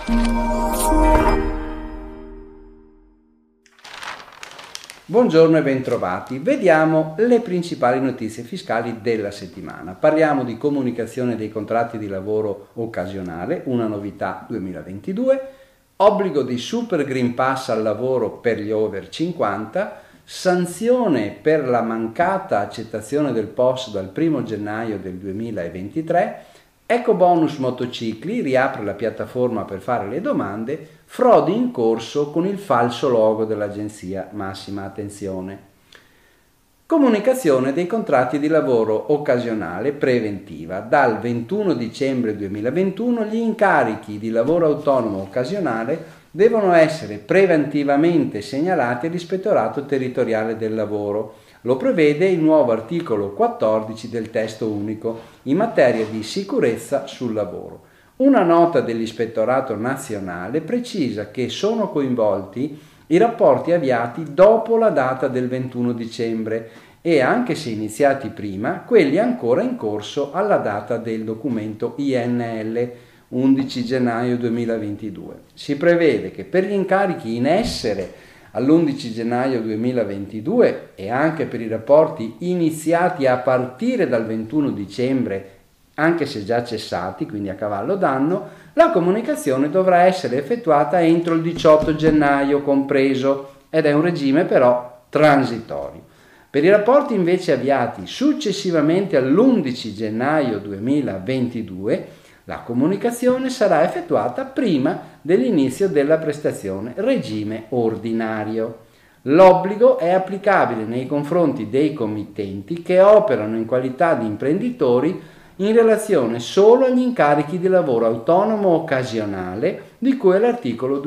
Buongiorno e bentrovati. Vediamo le principali notizie fiscali della settimana. Parliamo di comunicazione dei contratti di lavoro occasionale, una novità 2022, obbligo di Super Green Pass al lavoro per gli over 50, sanzione per la mancata accettazione del POS dal 1 gennaio del 2023, Ecobonus motocicli, riapre la piattaforma per fare le domande, frodi in corso con il falso logo dell'agenzia, massima attenzione. Comunicazione dei contratti di lavoro occasionale preventiva. Dal 21 dicembre 2021 gli incarichi di lavoro autonomo occasionale devono essere preventivamente segnalati all'Ispettorato Territoriale del Lavoro. Lo prevede il nuovo articolo 14 del testo unico in materia di sicurezza sul lavoro. Una nota dell'Ispettorato Nazionale precisa che sono coinvolti i rapporti avviati dopo la data del 21 dicembre e, anche se iniziati prima, quelli ancora in corso alla data del documento INL 11 gennaio 2022. Si prevede che per gli incarichi in essere all'11 gennaio 2022 e anche per i rapporti iniziati a partire dal 21 dicembre, anche se già cessati, quindi a cavallo d'anno, la comunicazione dovrà essere effettuata entro il 18 gennaio compreso ed è un regime però transitorio. Per i rapporti invece avviati successivamente all'11 gennaio 2022, la comunicazione sarà effettuata prima dell'inizio della prestazione, regime ordinario. L'obbligo è applicabile nei confronti dei committenti che operano in qualità di imprenditori in relazione solo agli incarichi di lavoro autonomo occasionale di cui è l'articolo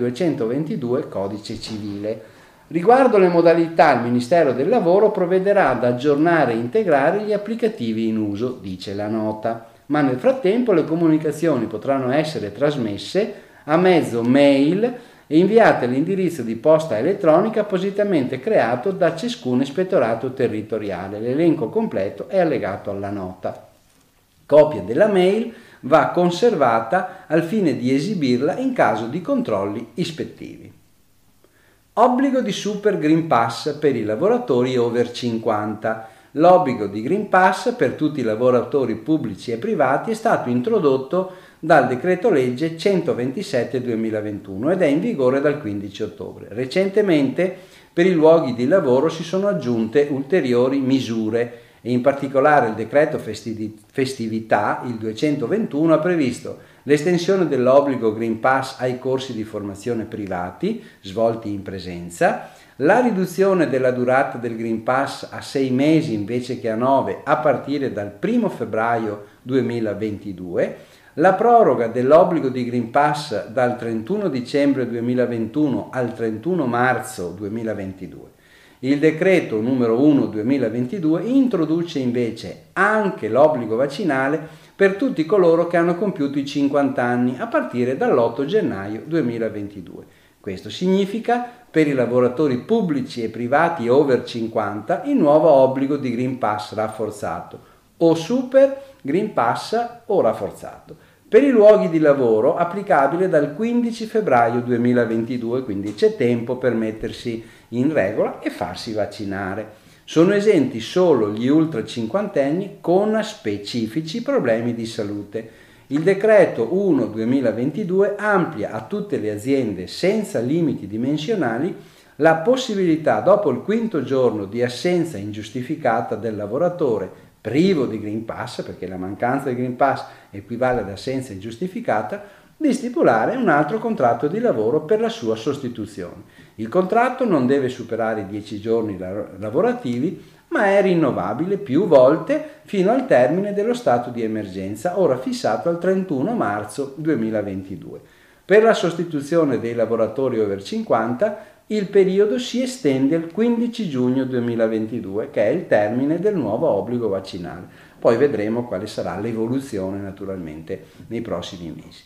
2222 Codice Civile. Riguardo le modalità, il Ministero del Lavoro provvederà ad aggiornare e integrare gli applicativi in uso, dice la nota. Ma nel frattempo le comunicazioni potranno essere trasmesse a mezzo mail e inviate all'indirizzo di posta elettronica appositamente creato da ciascun ispettorato territoriale. L'elenco completo è allegato alla nota. Copia della mail va conservata al fine di esibirla in caso di controlli ispettivi. Obbligo di Super Green Pass per i lavoratori over 50. L'obbligo di Green Pass per tutti i lavoratori pubblici e privati è stato introdotto dal decreto legge 127/2021 ed è in vigore dal 15 ottobre. Recentemente per i luoghi di lavoro si sono aggiunte ulteriori misure e in particolare il decreto festività, il 221, ha previsto l'estensione dell'obbligo Green Pass ai corsi di formazione privati svolti in presenza, la riduzione della durata del Green Pass a 6 mesi invece che a 9 a partire dal 1 febbraio 2022, la proroga dell'obbligo di Green Pass dal 31 dicembre 2021 al 31 marzo 2022. Il decreto numero 1 2022 introduce invece anche l'obbligo vaccinale per tutti coloro che hanno compiuto i 50 anni a partire dall'8 gennaio 2022. Questo significa per i lavoratori pubblici e privati over 50 il nuovo obbligo di Green Pass rafforzato o Super Green Pass o rafforzato. Per i luoghi di lavoro applicabile dal 15 febbraio 2022, quindi c'è tempo per mettersi in regola e farsi vaccinare. Sono esenti solo gli ultra cinquantenni con specifici problemi di salute. Il decreto 1/2022 amplia a tutte le aziende senza limiti dimensionali la possibilità dopo il 5° giorno di assenza ingiustificata del lavoratore privo di Green Pass, perché la mancanza di Green Pass equivale ad assenza ingiustificata, di stipulare un altro contratto di lavoro per la sua sostituzione. Il contratto non deve superare i 10 giorni lavorativi, ma è rinnovabile più volte fino al termine dello stato di emergenza, ora fissato al 31 marzo 2022. Per la sostituzione dei lavoratori over 50, il periodo si estende al 15 giugno 2022, che è il termine del nuovo obbligo vaccinale. Poi vedremo quale sarà l'evoluzione naturalmente nei prossimi mesi.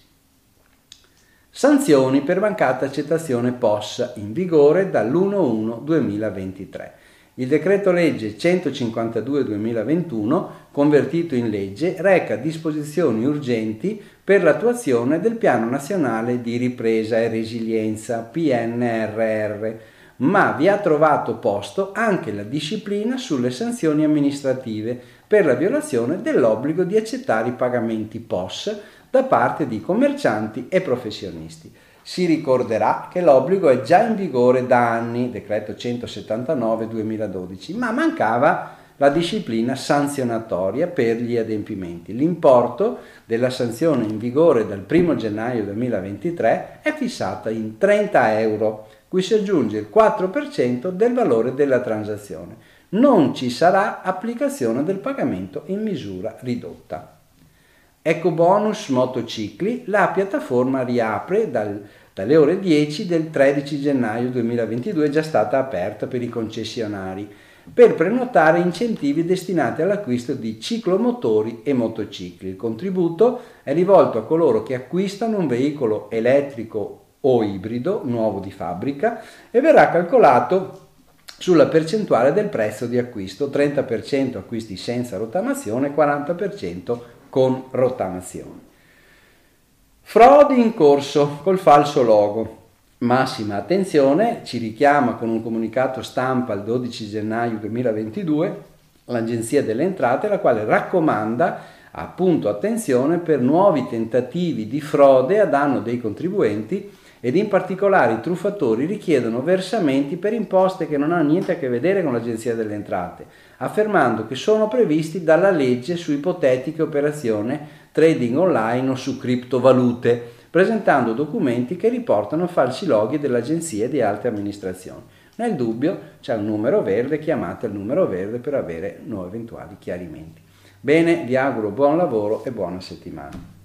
Sanzioni per mancata accettazione POS in vigore dall'1/1/2023. Il decreto legge 152/2021, convertito in legge, reca disposizioni urgenti per l'attuazione del Piano Nazionale di Ripresa e Resilienza, PNRR, ma vi ha trovato posto anche la disciplina sulle sanzioni amministrative per la violazione dell'obbligo di accettare i pagamenti POS da parte di commercianti e professionisti. Si ricorderà che l'obbligo è già in vigore da anni, decreto 179/2012, ma mancava la disciplina sanzionatoria per gli adempimenti. L'importo della sanzione in vigore dal 1 gennaio 2023 è fissata in 30 euro, cui si aggiunge il 4% del valore della transazione. Non ci sarà applicazione del pagamento in misura ridotta. Ecobonus motocicli, la piattaforma riapre dalle ore 10 del 13 gennaio 2022, è già stata aperta per i concessionari per prenotare incentivi destinati all'acquisto di ciclomotori e motocicli. Il contributo è rivolto a coloro che acquistano un veicolo elettrico o ibrido nuovo di fabbrica e verrà calcolato sulla percentuale del prezzo di acquisto, 30% acquisti senza rottamazione, 40% con rottamazione. Frodi in corso col falso logo. Massima attenzione, ci richiama con un comunicato stampa il 12 gennaio 2022 l'Agenzia delle Entrate, la quale raccomanda appunto attenzione per nuovi tentativi di frode a danno dei contribuenti ed in particolare i truffatori richiedono versamenti per imposte che non hanno niente a che vedere con l'Agenzia delle Entrate, affermando che sono previsti dalla legge su ipotetiche operazioni trading online o su criptovalute, presentando documenti che riportano falsi loghi dell'agenzia e di altre amministrazioni. Nel dubbio c'è un numero verde, chiamate il numero verde per avere nuovi eventuali chiarimenti. Bene, vi auguro buon lavoro e buona settimana.